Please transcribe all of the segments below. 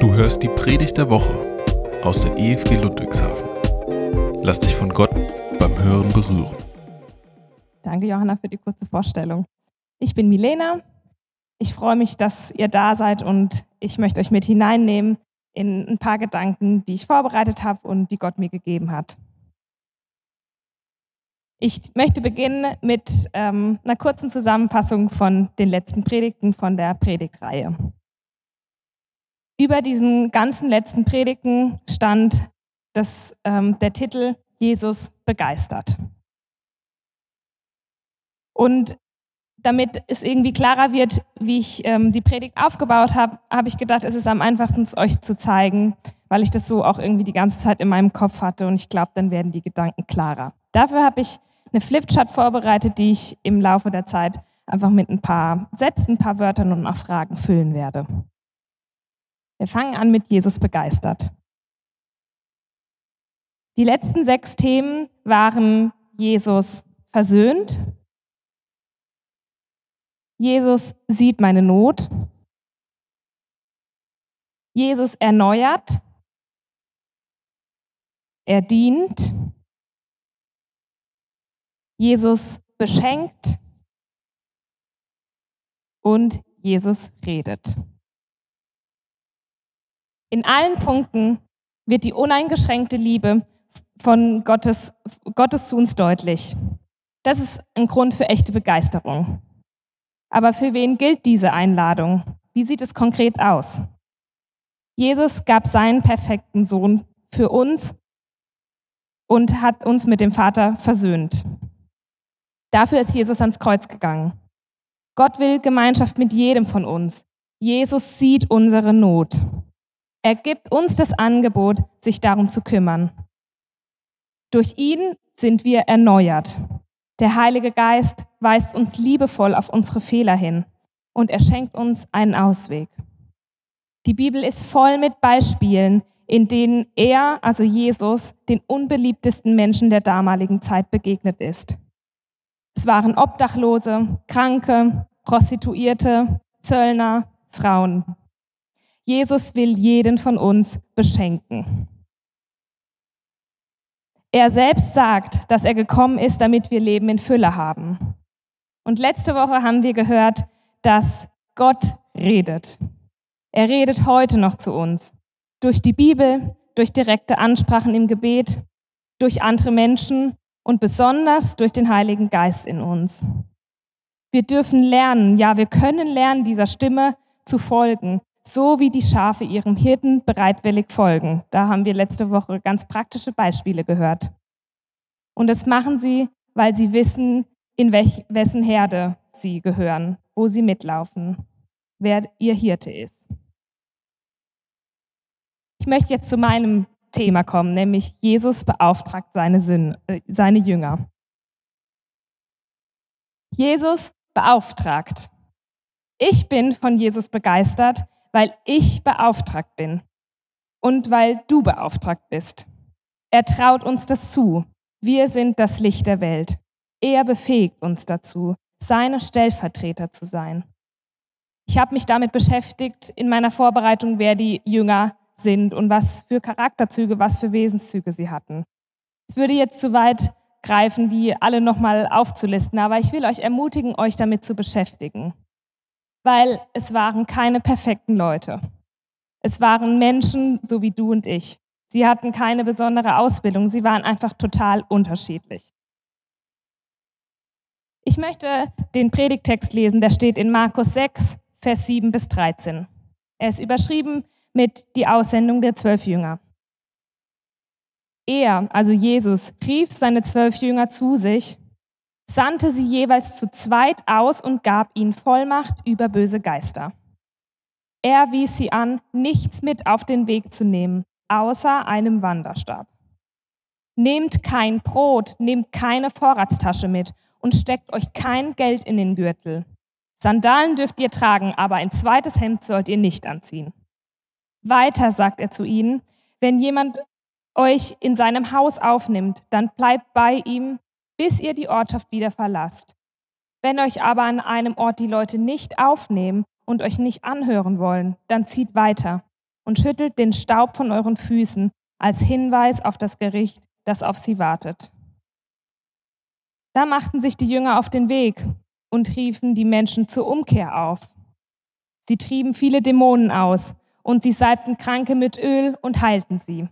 Du hörst die Predigt der Woche aus der EFG Ludwigshafen. Lass dich von Gott beim Hören berühren. Danke, Johanna, für die kurze Vorstellung. Ich bin Milena. Ich freue mich, dass ihr da seid und ich möchte euch mit hineinnehmen in ein paar Gedanken, die ich vorbereitet habe und die Gott mir gegeben hat. Ich möchte beginnen mit einer kurzen Zusammenfassung von den letzten Predigten von der Predigtreihe. Über diesen ganzen letzten Predigten stand der Titel Jesus begeistert. Und damit es irgendwie klarer wird, wie ich die Predigt aufgebaut habe, habe ich gedacht, es ist am einfachsten, es euch zu zeigen, weil ich das so auch irgendwie die ganze Zeit in meinem Kopf hatte und ich glaube, dann werden die Gedanken klarer. Dafür habe ich eine Flipchart vorbereitet, die ich im Laufe der Zeit einfach mit ein paar Sätzen, ein paar Wörtern und auch Fragen füllen werde. Wir fangen an mit Jesus begeistert. Die letzten 6 Themen waren Jesus versöhnt, Jesus sieht meine Not, Jesus erneuert, er dient, Jesus beschenkt und Jesus redet. In allen Punkten wird die uneingeschränkte Liebe von Gottes zu uns deutlich. Das ist ein Grund für echte Begeisterung. Aber für wen gilt diese Einladung? Wie sieht es konkret aus? Jesus gab seinen perfekten Sohn für uns und hat uns mit dem Vater versöhnt. Dafür ist Jesus ans Kreuz gegangen. Gott will Gemeinschaft mit jedem von uns. Jesus sieht unsere Not. Er gibt uns das Angebot, sich darum zu kümmern. Durch ihn sind wir erneuert. Der Heilige Geist weist uns liebevoll auf unsere Fehler hin und er schenkt uns einen Ausweg. Die Bibel ist voll mit Beispielen, in denen er, also Jesus, den unbeliebtesten Menschen der damaligen Zeit begegnet ist. Es waren Obdachlose, Kranke, Prostituierte, Zöllner, Frauen. Jesus will jeden von uns beschenken. Er selbst sagt, dass er gekommen ist, damit wir Leben in Fülle haben. Und letzte Woche haben wir gehört, dass Gott redet. Er redet heute noch zu uns. Durch die Bibel, durch direkte Ansprachen im Gebet, durch andere Menschen und besonders durch den Heiligen Geist in uns. Wir dürfen lernen, ja, wir können lernen, dieser Stimme zu folgen, so wie die Schafe ihrem Hirten bereitwillig folgen. Da haben wir letzte Woche ganz praktische Beispiele gehört. Und das machen sie, weil sie wissen, in wessen Herde sie gehören, wo sie mitlaufen, wer ihr Hirte ist. Ich möchte jetzt zu meinem Thema kommen, nämlich Jesus beauftragt seine Jünger. Jesus beauftragt. Ich bin von Jesus begeistert, weil ich beauftragt bin und weil du beauftragt bist. Er traut uns das zu. Wir sind das Licht der Welt. Er befähigt uns dazu, seine Stellvertreter zu sein. Ich habe mich damit beschäftigt in meiner Vorbereitung, wer die Jünger sind und was für Charakterzüge, was für Wesenszüge sie hatten. Es würde jetzt zu weit greifen, die alle nochmal aufzulisten, aber ich will euch ermutigen, euch damit zu beschäftigen. Weil es waren keine perfekten Leute. Es waren Menschen, so wie du und ich. Sie hatten keine besondere Ausbildung, sie waren einfach total unterschiedlich. Ich möchte den Predigttext lesen, der steht in Markus 6, Vers 7 bis 13. Er ist überschrieben mit die Aussendung der 12 Jünger. Er, also Jesus, rief seine 12 Jünger zu sich, sandte sie jeweils zu zweit aus und gab ihnen Vollmacht über böse Geister. Er wies sie an, nichts mit auf den Weg zu nehmen, außer einem Wanderstab. Nehmt kein Brot, nehmt keine Vorratstasche mit und steckt euch kein Geld in den Gürtel. Sandalen dürft ihr tragen, aber ein zweites Hemd sollt ihr nicht anziehen. Weiter sagt er zu ihnen, wenn jemand euch in seinem Haus aufnimmt, dann bleibt bei ihm, bis ihr die Ortschaft wieder verlasst. Wenn euch aber an einem Ort die Leute nicht aufnehmen und euch nicht anhören wollen, dann zieht weiter. und schüttelt den Staub von euren Füßen als Hinweis auf das Gericht, das auf sie wartet. Da machten sich die Jünger auf den Weg und riefen die Menschen zur Umkehr auf. Sie trieben viele Dämonen aus und sie salbten Kranke mit Öl und heilten sie.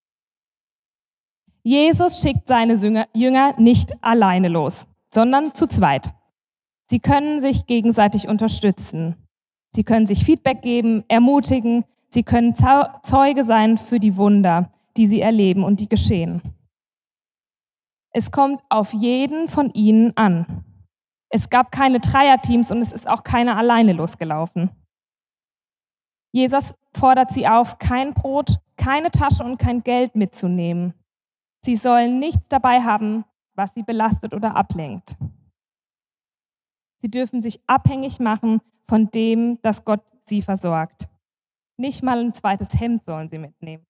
Jesus schickt seine Jünger nicht alleine los, sondern zu zweit. Sie können sich gegenseitig unterstützen. Sie können sich Feedback geben, ermutigen. Sie können Zeuge sein für die Wunder, die sie erleben und die geschehen. Es kommt auf jeden von ihnen an. Es gab keine Dreierteams und es ist auch keiner alleine losgelaufen. Jesus fordert sie auf, kein Brot, keine Tasche und kein Geld mitzunehmen. Sie sollen nichts dabei haben, was sie belastet oder ablenkt. Sie dürfen sich abhängig machen von dem, dass Gott sie versorgt. Nicht mal ein zweites Hemd sollen sie mitnehmen.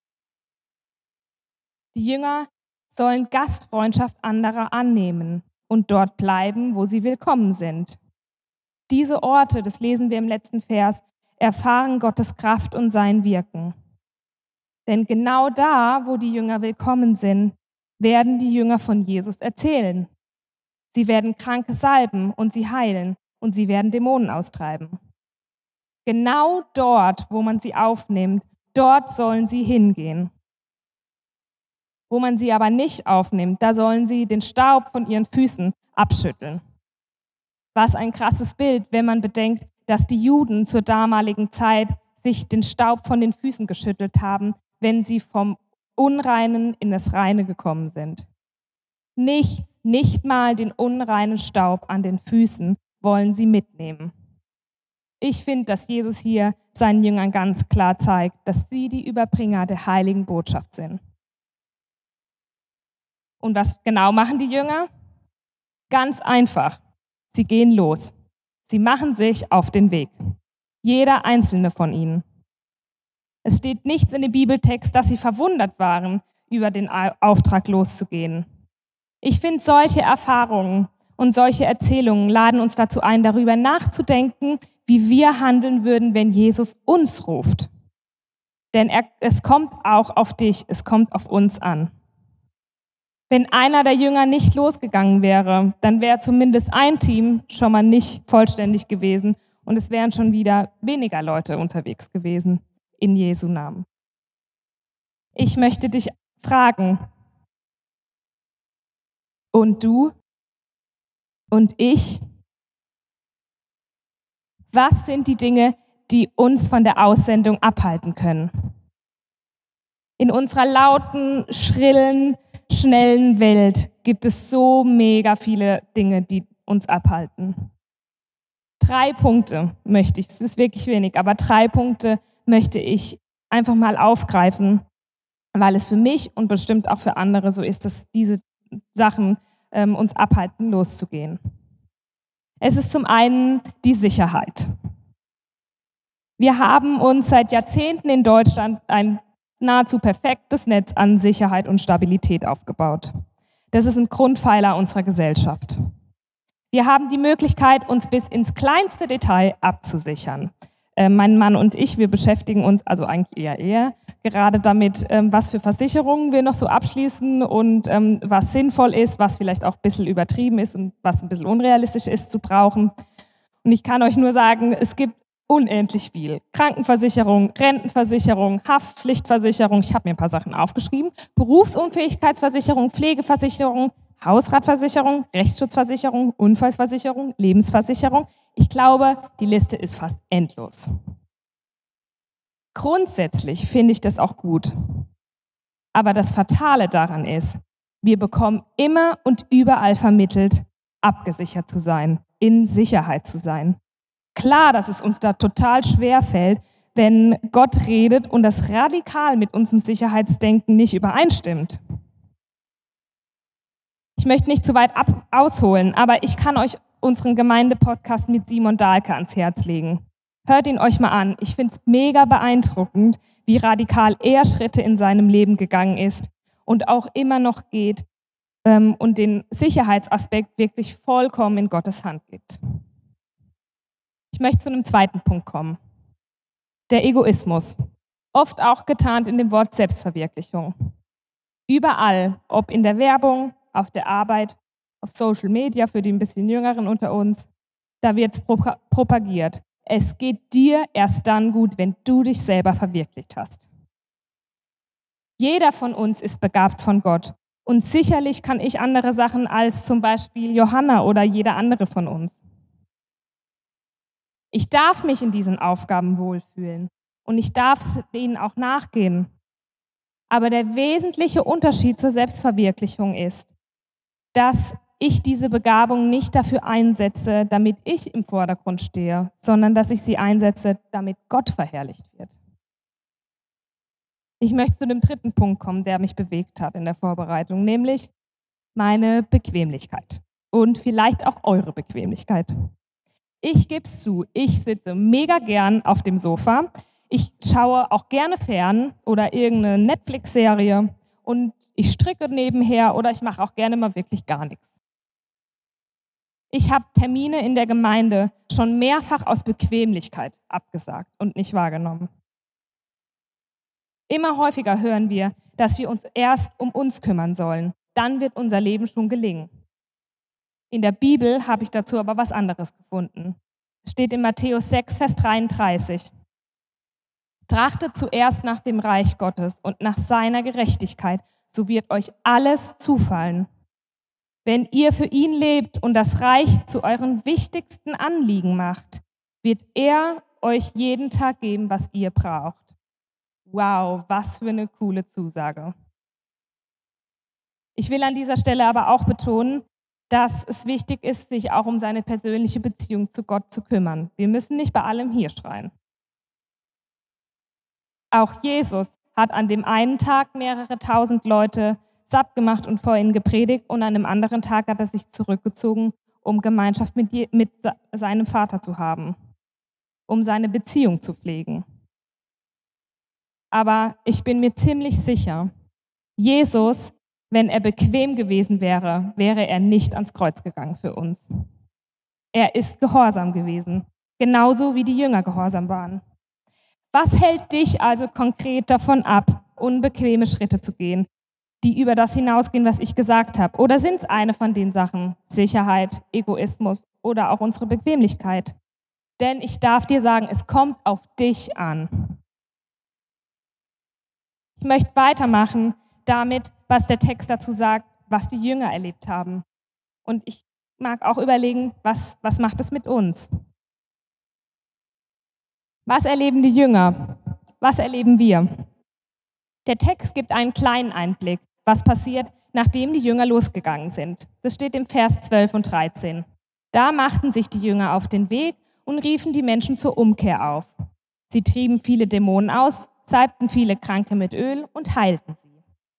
Die Jünger sollen Gastfreundschaft anderer annehmen und dort bleiben, wo sie willkommen sind. Diese Orte, das lesen wir im letzten Vers, erfahren Gottes Kraft und sein Wirken. Denn genau da, wo die Jünger willkommen sind, werden die Jünger von Jesus erzählen. Sie werden Kranke salben und sie heilen und sie werden Dämonen austreiben. Genau dort, wo man sie aufnimmt, dort sollen sie hingehen. Wo man sie aber nicht aufnimmt, da sollen sie den Staub von ihren Füßen abschütteln. Was ein krasses Bild, wenn man bedenkt, dass die Juden zur damaligen Zeit sich den Staub von den Füßen geschüttelt haben, wenn sie vom Unreinen in das Reine gekommen sind. Nicht mal den unreinen Staub an den Füßen wollen sie mitnehmen. Ich finde, dass Jesus hier seinen Jüngern ganz klar zeigt, dass sie die Überbringer der heiligen Botschaft sind. Und was genau machen die Jünger? Ganz einfach. Sie gehen los. Sie machen sich auf den Weg. Jeder einzelne von ihnen. Es steht nichts in dem Bibeltext, dass sie verwundert waren, über den Auftrag loszugehen. Ich finde, solche Erfahrungen und solche Erzählungen laden uns dazu ein, darüber nachzudenken, wie wir handeln würden, wenn Jesus uns ruft. Denn es kommt auch auf dich, es kommt auf uns an. Wenn einer der Jünger nicht losgegangen wäre, dann wäre zumindest ein Team schon mal nicht vollständig gewesen und es wären schon wieder weniger Leute unterwegs gewesen in Jesu Namen. Ich möchte dich fragen, und du und ich, was sind die Dinge, die uns von der Aussendung abhalten können? In unserer lauten, schrillen, schnellen Welt gibt es so mega viele Dinge, die uns abhalten. 3 Punkte möchte ich, es ist wirklich wenig, aber 3 Punkte möchte ich einfach mal aufgreifen, weil es für mich und bestimmt auch für andere so ist, dass diese Sachen uns abhalten, loszugehen. Es ist zum einen die Sicherheit. Wir haben uns seit Jahrzehnten in Deutschland ein nahezu perfektes Netz an Sicherheit und Stabilität aufgebaut. Das ist ein Grundpfeiler unserer Gesellschaft. Wir haben die Möglichkeit, uns bis ins kleinste Detail abzusichern. Mein Mann und ich, wir beschäftigen uns, also eigentlich eher, gerade damit, was für Versicherungen wir noch so abschließen und was sinnvoll ist, was vielleicht auch ein bisschen übertrieben ist und was ein bisschen unrealistisch ist zu brauchen. Und ich kann euch nur sagen, es gibt unendlich viel. Krankenversicherung, Rentenversicherung, Haftpflichtversicherung, ich habe mir ein paar Sachen aufgeschrieben, Berufsunfähigkeitsversicherung, Pflegeversicherung, Hausratversicherung, Rechtsschutzversicherung, Unfallversicherung, Lebensversicherung. Ich glaube, die Liste ist fast endlos. Grundsätzlich finde ich das auch gut. Aber das Fatale daran ist, wir bekommen immer und überall vermittelt, abgesichert zu sein, in Sicherheit zu sein. Klar, dass es uns da total schwer fällt, wenn Gott redet und das radikal mit unserem Sicherheitsdenken nicht übereinstimmt. Ich möchte nicht zu weit ausholen, aber ich kann euch unseren Gemeindepodcast mit Simon Dahlke ans Herz legen. Hört ihn euch mal an. Ich finde es mega beeindruckend, wie radikal er Schritte in seinem Leben gegangen ist und auch immer noch geht und den Sicherheitsaspekt wirklich vollkommen in Gottes Hand gibt. Ich möchte zu einem zweiten Punkt kommen. Der Egoismus. oft auch getarnt in dem Wort Selbstverwirklichung. Überall, ob in der Werbung, auf der Arbeit, auf Social Media für die ein bisschen Jüngeren unter uns, da wird es propagiert. Es geht dir erst dann gut, wenn du dich selber verwirklicht hast. Jeder von uns ist begabt von Gott. Und sicherlich kann ich andere Sachen als zum Beispiel Johanna oder jeder andere von uns. Ich darf mich in diesen Aufgaben wohlfühlen und ich darf ihnen auch nachgehen. Aber der wesentliche Unterschied zur Selbstverwirklichung ist, dass ich diese Begabung nicht dafür einsetze, damit ich im Vordergrund stehe, sondern dass ich sie einsetze, damit Gott verherrlicht wird. Ich möchte zu dem dritten Punkt kommen, der mich bewegt hat in der Vorbereitung, nämlich meine Bequemlichkeit und vielleicht auch eure Bequemlichkeit. Ich gebe es zu, ich sitze mega gern auf dem Sofa. Ich schaue auch gerne fern oder irgendeine Netflix-Serie und ich stricke nebenher oder ich mache auch gerne mal wirklich gar nichts. Ich habe Termine in der Gemeinde schon mehrfach aus Bequemlichkeit abgesagt und nicht wahrgenommen. Immer häufiger hören wir, dass wir uns erst um uns kümmern sollen. Dann wird unser Leben schon gelingen. In der Bibel habe ich dazu aber was anderes gefunden. Es steht in Matthäus 6, Vers 33. Trachtet zuerst nach dem Reich Gottes und nach seiner Gerechtigkeit, so wird euch alles zufallen. Wenn ihr für ihn lebt und das Reich zu euren wichtigsten Anliegen macht, wird er euch jeden Tag geben, was ihr braucht. Wow, was für eine coole Zusage. Ich will an dieser Stelle aber auch betonen, dass es wichtig ist, sich auch um seine persönliche Beziehung zu Gott zu kümmern. Wir müssen nicht bei allem hier schreien. Auch Jesus hat an dem einen Tag mehrere tausend Leute satt gemacht und vor ihnen gepredigt und an einem anderen Tag hat er sich zurückgezogen, um Gemeinschaft mit seinem Vater zu haben, um seine Beziehung zu pflegen. Aber ich bin mir ziemlich sicher, Jesus, wenn er bequem gewesen wäre, wäre er nicht ans Kreuz gegangen für uns. Er ist gehorsam gewesen, genauso wie die Jünger gehorsam waren. Was hält dich also konkret davon ab, unbequeme Schritte zu gehen, die über das hinausgehen, was ich gesagt habe? Oder sind es eine von den Sachen, Sicherheit, Egoismus oder auch unsere Bequemlichkeit? Denn ich darf dir sagen, es kommt auf dich an. Ich möchte weitermachen damit, was der Text dazu sagt, was die Jünger erlebt haben. Und ich mag auch überlegen, was macht es mit uns? Was erleben die Jünger? Was erleben wir? Der Text gibt einen kleinen Einblick, was passiert, nachdem die Jünger losgegangen sind. Das steht im Vers 12 und 13. Da machten sich die Jünger auf den Weg und riefen die Menschen zur Umkehr auf. Sie trieben viele Dämonen aus, salbten viele Kranke mit Öl und heilten sie.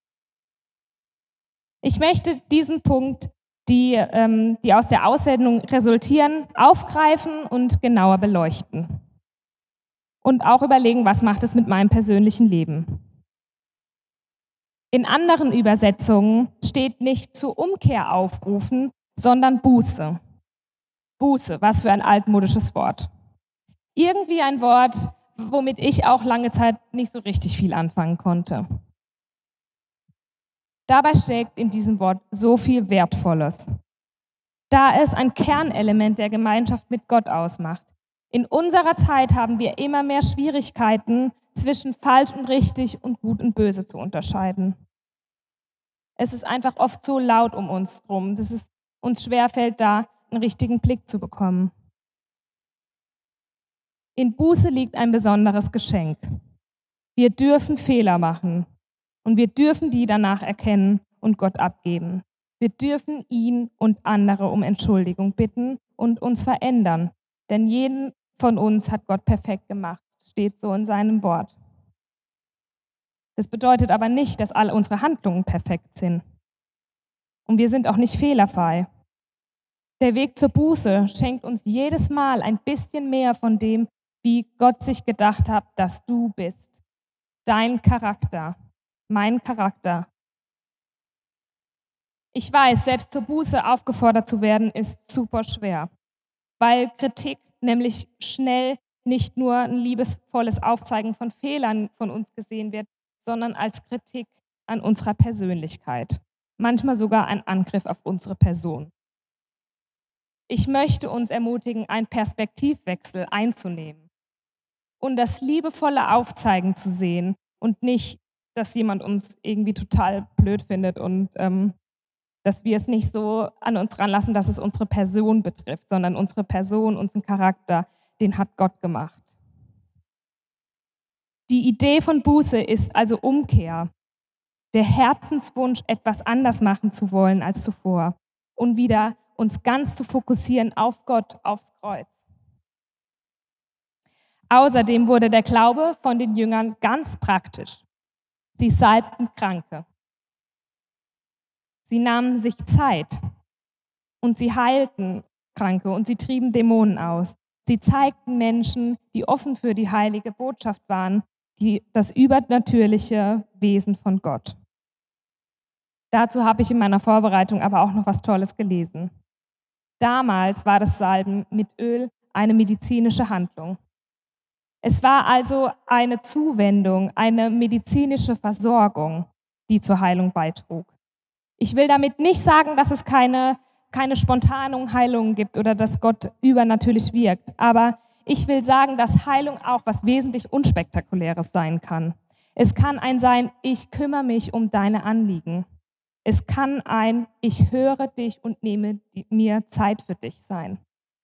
Ich möchte diesen Punkt, die aus der Aussendung resultieren, aufgreifen und genauer beleuchten. Und auch überlegen, was macht es mit meinem persönlichen Leben. In anderen Übersetzungen steht nicht zur Umkehr aufrufen, sondern Buße. Buße, was für ein altmodisches Wort. Irgendwie ein Wort, womit ich auch lange Zeit nicht so richtig viel anfangen konnte. Dabei steckt in diesem Wort so viel Wertvolles, da es ein Kernelement der Gemeinschaft mit Gott ausmacht. In unserer Zeit haben wir immer mehr Schwierigkeiten, zwischen falsch und richtig und gut und böse zu unterscheiden. Es ist einfach oft so laut um uns drum, dass es uns schwerfällt, da einen richtigen Blick zu bekommen. In Buße liegt ein besonderes Geschenk. Wir dürfen Fehler machen und wir dürfen die danach erkennen und Gott abgeben. Wir dürfen ihn und andere um Entschuldigung bitten und uns verändern, denn jeden von uns hat Gott perfekt gemacht, steht so in seinem Wort. Das bedeutet aber nicht, dass alle unsere Handlungen perfekt sind. Und wir sind auch nicht fehlerfrei. Der Weg zur Buße schenkt uns jedes Mal ein bisschen mehr von dem, wie Gott sich gedacht hat, dass du bist. Dein Charakter, mein Charakter. Ich weiß, selbst zur Buße aufgefordert zu werden, ist super schwer, weil Kritik nämlich schnell nicht nur ein liebevolles Aufzeigen von Fehlern von uns gesehen wird, sondern als Kritik an unserer Persönlichkeit. Manchmal sogar ein Angriff auf unsere Person. Ich möchte uns ermutigen, einen Perspektivwechsel einzunehmen und das liebevolle Aufzeigen zu sehen und nicht, dass jemand uns irgendwie total blöd findet und dass wir es nicht so an uns ranlassen, dass es unsere Person betrifft, sondern unsere Person, unseren Charakter, den hat Gott gemacht. Die Idee von Buße ist also Umkehr, der Herzenswunsch, etwas anders machen zu wollen als zuvor und wieder uns ganz zu fokussieren auf Gott, aufs Kreuz. Außerdem wurde der Glaube von den Jüngern ganz praktisch. Sie salbten Kranke. Sie nahmen sich Zeit und sie heilten Kranke und sie trieben Dämonen aus. Sie zeigten Menschen, die offen für die heilige Botschaft waren, das übernatürliche Wesen von Gott. Dazu habe ich in meiner Vorbereitung aber auch noch was Tolles gelesen. Damals war das Salben mit Öl eine medizinische Handlung. Es war also eine Zuwendung, eine medizinische Versorgung, die zur Heilung beitrug. Ich will damit nicht sagen, dass es keine spontanen Heilungen gibt oder dass Gott übernatürlich wirkt, aber ich will sagen, dass Heilung auch was wesentlich Unspektakuläres sein kann. Es kann ein sein, ich kümmere mich um deine Anliegen. Es kann ein, ich höre dich und nehme mir Zeit für dich sein.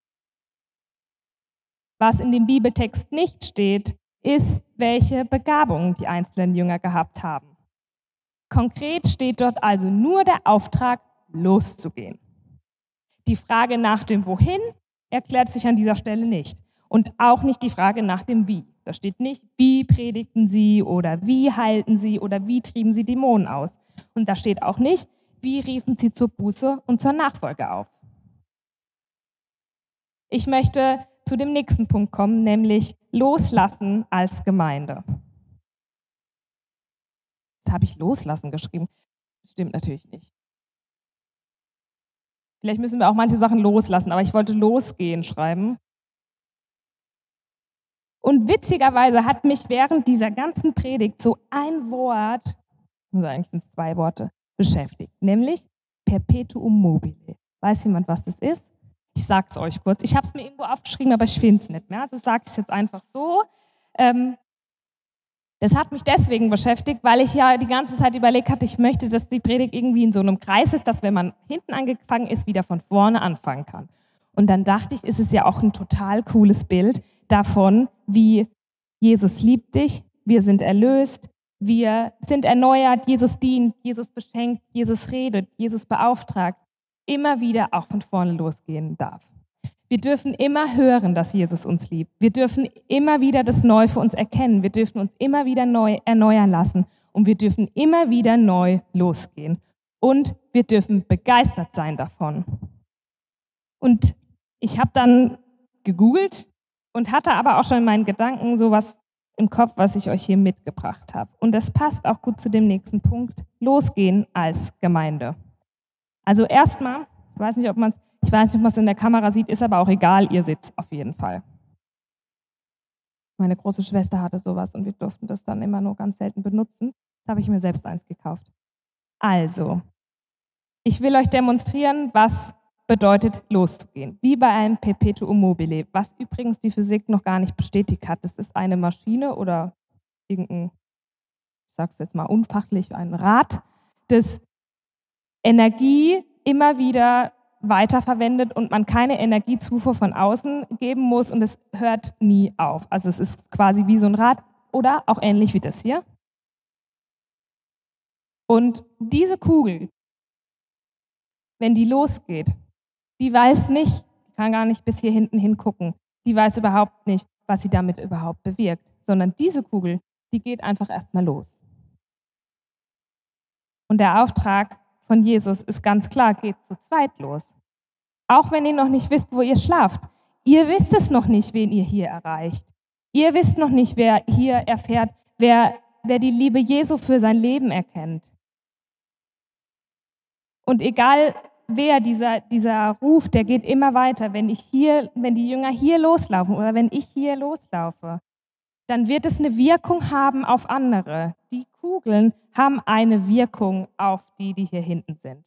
Was in dem Bibeltext nicht steht, ist, welche Begabungen die einzelnen Jünger gehabt haben. Konkret steht dort also nur der Auftrag, loszugehen. Die Frage nach dem Wohin erklärt sich an dieser Stelle nicht. Und auch nicht die Frage nach dem Wie. Da steht nicht, wie predigten sie oder wie heilten sie oder wie trieben sie Dämonen aus. Und da steht auch nicht, wie riefen sie zur Buße und zur Nachfolge auf. Ich möchte zu dem nächsten Punkt kommen, nämlich loslassen als Gemeinde. Jetzt habe ich loslassen geschrieben. Das stimmt natürlich nicht. Vielleicht müssen wir auch manche Sachen loslassen, aber ich wollte losgehen schreiben. Und witzigerweise hat mich während dieser ganzen Predigt so ein Wort, also eigentlich sind es 2 Worte, beschäftigt, nämlich Perpetuum mobile. Weiß jemand, was das ist? Ich sage es euch kurz. Ich habe es mir irgendwo aufgeschrieben, aber ich finde es nicht mehr. Also sage ich es jetzt einfach so. Das hat mich deswegen beschäftigt, weil ich ja die ganze Zeit überlegt hatte, ich möchte, dass die Predigt irgendwie in so einem Kreis ist, dass wenn man hinten angefangen ist, wieder von vorne anfangen kann. Und dann dachte ich, ist es ja auch ein total cooles Bild davon, wie Jesus liebt dich, wir sind erlöst, wir sind erneuert, Jesus dient, Jesus beschenkt, Jesus redet, Jesus beauftragt, immer wieder auch von vorne losgehen darf. Wir dürfen immer hören, dass Jesus uns liebt. Wir dürfen immer wieder das Neu für uns erkennen. Wir dürfen uns immer wieder neu erneuern lassen und wir dürfen immer wieder neu losgehen. Und wir dürfen begeistert sein davon. Und ich habe dann gegoogelt und hatte aber auch schon in meinen Gedanken sowas im Kopf, was ich euch hier mitgebracht habe. Und das passt auch gut zu dem nächsten Punkt, losgehen als Gemeinde. Also erstmal, ich weiß nicht, ob man es in der Kamera sieht, ist aber auch egal, ihr seht es auf jeden Fall. Meine große Schwester hatte sowas und wir durften das dann immer nur ganz selten benutzen. Da habe ich mir selbst eins gekauft. Also, ich will euch demonstrieren, was bedeutet loszugehen. Wie bei einem Perpetuum mobile, was übrigens die Physik noch gar nicht bestätigt hat. Das ist eine Maschine oder irgendein, ich sage es jetzt mal unfachlich, ein Rad, das Energie immer wieder weiterverwendet und man keine Energiezufuhr von außen geben muss und es hört nie auf. Also es ist quasi wie so ein Rad oder auch ähnlich wie das hier. Und diese Kugel, wenn die losgeht, die weiß nicht, die kann gar nicht bis hier hinten hingucken, die weiß überhaupt nicht, was sie damit überhaupt bewirkt, sondern diese Kugel, die geht einfach erstmal los. Und der Auftrag von Jesus ist ganz klar, geht zu zweit los. Auch wenn ihr noch nicht wisst, wo ihr schlaft. Ihr wisst es noch nicht, wen ihr hier erreicht. Ihr wisst noch nicht, wer hier erfährt, wer die Liebe Jesu für sein Leben erkennt. Und egal, dieser Ruf, der geht immer weiter. Wenn die Jünger hier loslaufen oder wenn ich hier loslaufe, dann wird es eine Wirkung haben auf andere. Die Kugeln haben eine Wirkung auf die hier hinten sind.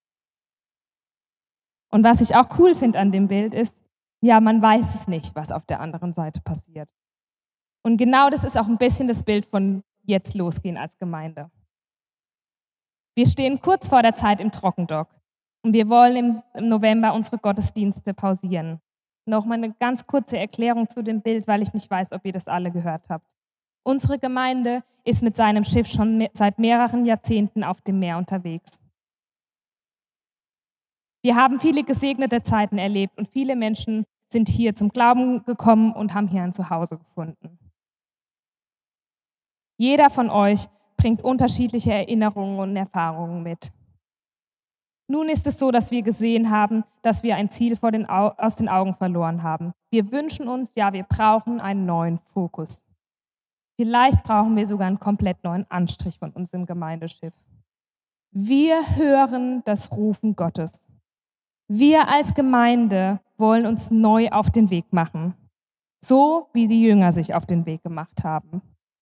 Und was ich auch cool finde an dem Bild ist, ja, man weiß es nicht, was auf der anderen Seite passiert. Und genau das ist auch ein bisschen das Bild von jetzt losgehen als Gemeinde. Wir stehen kurz vor der Zeit im Trockendock und wir wollen im November unsere Gottesdienste pausieren. Nochmal eine ganz kurze Erklärung zu dem Bild, weil ich nicht weiß, ob ihr das alle gehört habt. Unsere Gemeinde ist mit seinem Schiff schon seit mehreren Jahrzehnten auf dem Meer unterwegs. Wir haben viele gesegnete Zeiten erlebt und viele Menschen sind hier zum Glauben gekommen und haben hier ein Zuhause gefunden. Jeder von euch bringt unterschiedliche Erinnerungen und Erfahrungen mit. Nun ist es so, dass wir gesehen haben, dass wir ein Ziel aus den Augen verloren haben. Wir wünschen uns, ja, wir brauchen einen neuen Fokus. Vielleicht brauchen wir sogar einen komplett neuen Anstrich von unserem Gemeindeschiff. Wir hören das Rufen Gottes. Wir als Gemeinde wollen uns neu auf den Weg machen, so wie die Jünger sich auf den Weg gemacht haben.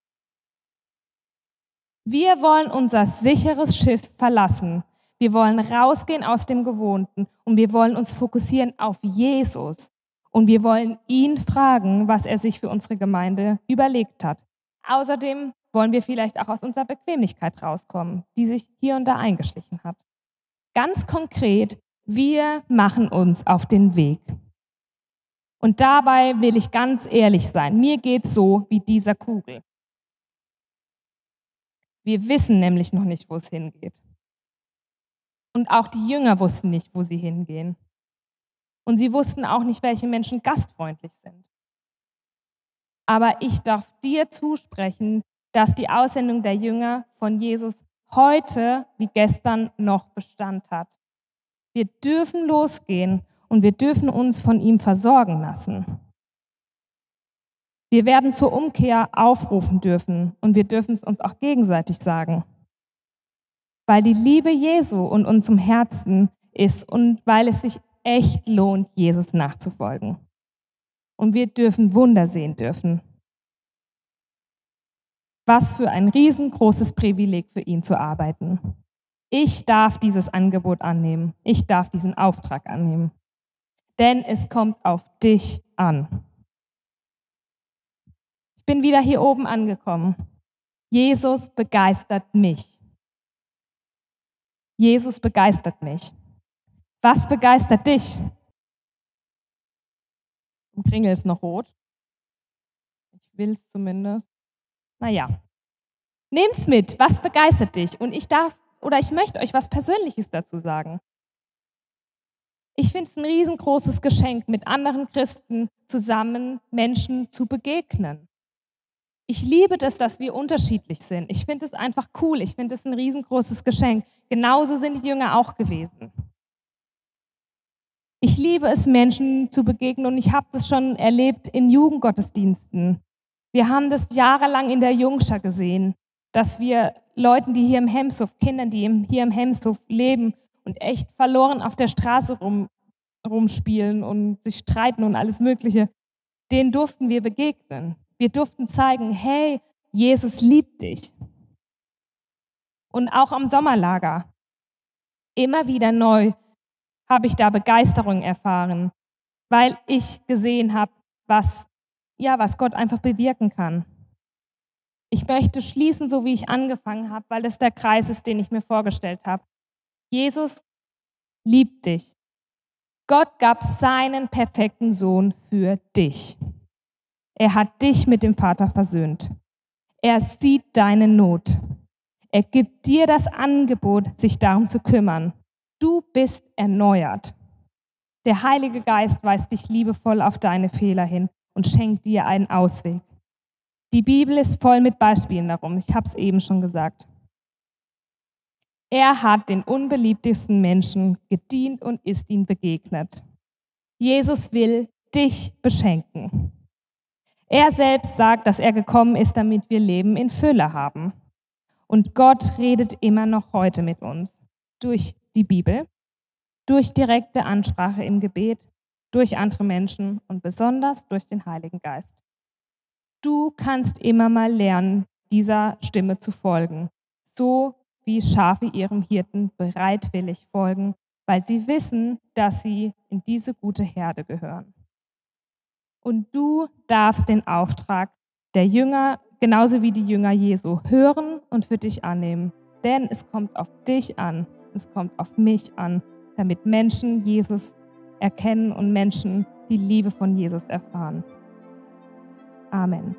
Wir wollen unser sicheres Schiff verlassen. Wir wollen rausgehen aus dem Gewohnten und wir wollen uns fokussieren auf Jesus. Und wir wollen ihn fragen, was er sich für unsere Gemeinde überlegt hat. Außerdem wollen wir vielleicht auch aus unserer Bequemlichkeit rauskommen, die sich hier und da eingeschlichen hat. Ganz konkret, wir machen uns auf den Weg. Und dabei will ich ganz ehrlich sein, mir geht's so wie dieser Kugel. Wir wissen nämlich noch nicht, wo es hingeht. Und auch die Jünger wussten nicht, wo sie hingehen. Und sie wussten auch nicht, welche Menschen gastfreundlich sind. Aber ich darf dir zusprechen, dass die Aussendung der Jünger von Jesus heute wie gestern noch Bestand hat. Wir dürfen losgehen und wir dürfen uns von ihm versorgen lassen. Wir werden zur Umkehr aufrufen dürfen und wir dürfen es uns auch gegenseitig sagen. Weil die Liebe Jesu in unserem Herzen ist und weil es sich echt lohnt, Jesus nachzufolgen. Und wir dürfen Wunder sehen dürfen. Was für ein riesengroßes Privileg für ihn zu arbeiten. Ich darf dieses Angebot annehmen. Ich darf diesen Auftrag annehmen. Denn es kommt auf dich an. Ich bin wieder hier oben angekommen. Jesus begeistert mich. Jesus begeistert mich. Was begeistert dich? Im Kringel ist noch rot. Ich will es zumindest. Naja. Nehm's mit. Was begeistert dich? Und ich möchte euch was Persönliches dazu sagen. Ich finde es ein riesengroßes Geschenk, mit anderen Christen zusammen Menschen zu begegnen. Ich liebe das, dass wir unterschiedlich sind. Ich finde es einfach cool. Ich finde es ein riesengroßes Geschenk. Genauso sind die Jünger auch gewesen. Ich liebe es, Menschen zu begegnen und ich habe das schon erlebt in Jugendgottesdiensten. Wir haben das jahrelang in der Jungschar gesehen, dass wir Leuten, die hier im Hemshof, Kindern, die hier im Hemshof leben und echt verloren auf der Straße rumspielen und sich streiten und alles Mögliche, denen durften wir begegnen. Wir durften zeigen, hey, Jesus liebt dich. Und auch am Sommerlager, immer wieder neu, habe ich da Begeisterung erfahren, weil ich gesehen habe, was Gott einfach bewirken kann. Ich möchte schließen, so wie ich angefangen habe, weil das der Kreis ist, den ich mir vorgestellt habe. Jesus liebt dich. Gott gab seinen perfekten Sohn für dich. Er hat dich mit dem Vater versöhnt. Er sieht deine Not. Er gibt dir das Angebot, sich darum zu kümmern. Du bist erneuert. Der Heilige Geist weist dich liebevoll auf deine Fehler hin und schenkt dir einen Ausweg. Die Bibel ist voll mit Beispielen darum. Ich habe es eben schon gesagt. Er hat den unbeliebtesten Menschen gedient und ist ihnen begegnet. Jesus will dich beschenken. Er selbst sagt, dass er gekommen ist, damit wir Leben in Fülle haben. Und Gott redet immer noch heute mit uns durch die Bibel, durch direkte Ansprache im Gebet, durch andere Menschen und besonders durch den Heiligen Geist. Du kannst immer mal lernen, dieser Stimme zu folgen, so wie Schafe ihrem Hirten bereitwillig folgen, weil sie wissen, dass sie in diese gute Herde gehören. Und du darfst den Auftrag der Jünger, genauso wie die Jünger Jesu, hören und für dich annehmen. Denn es kommt auf dich an, es kommt auf mich an, damit Menschen Jesus erkennen und Menschen die Liebe von Jesus erfahren. Amen.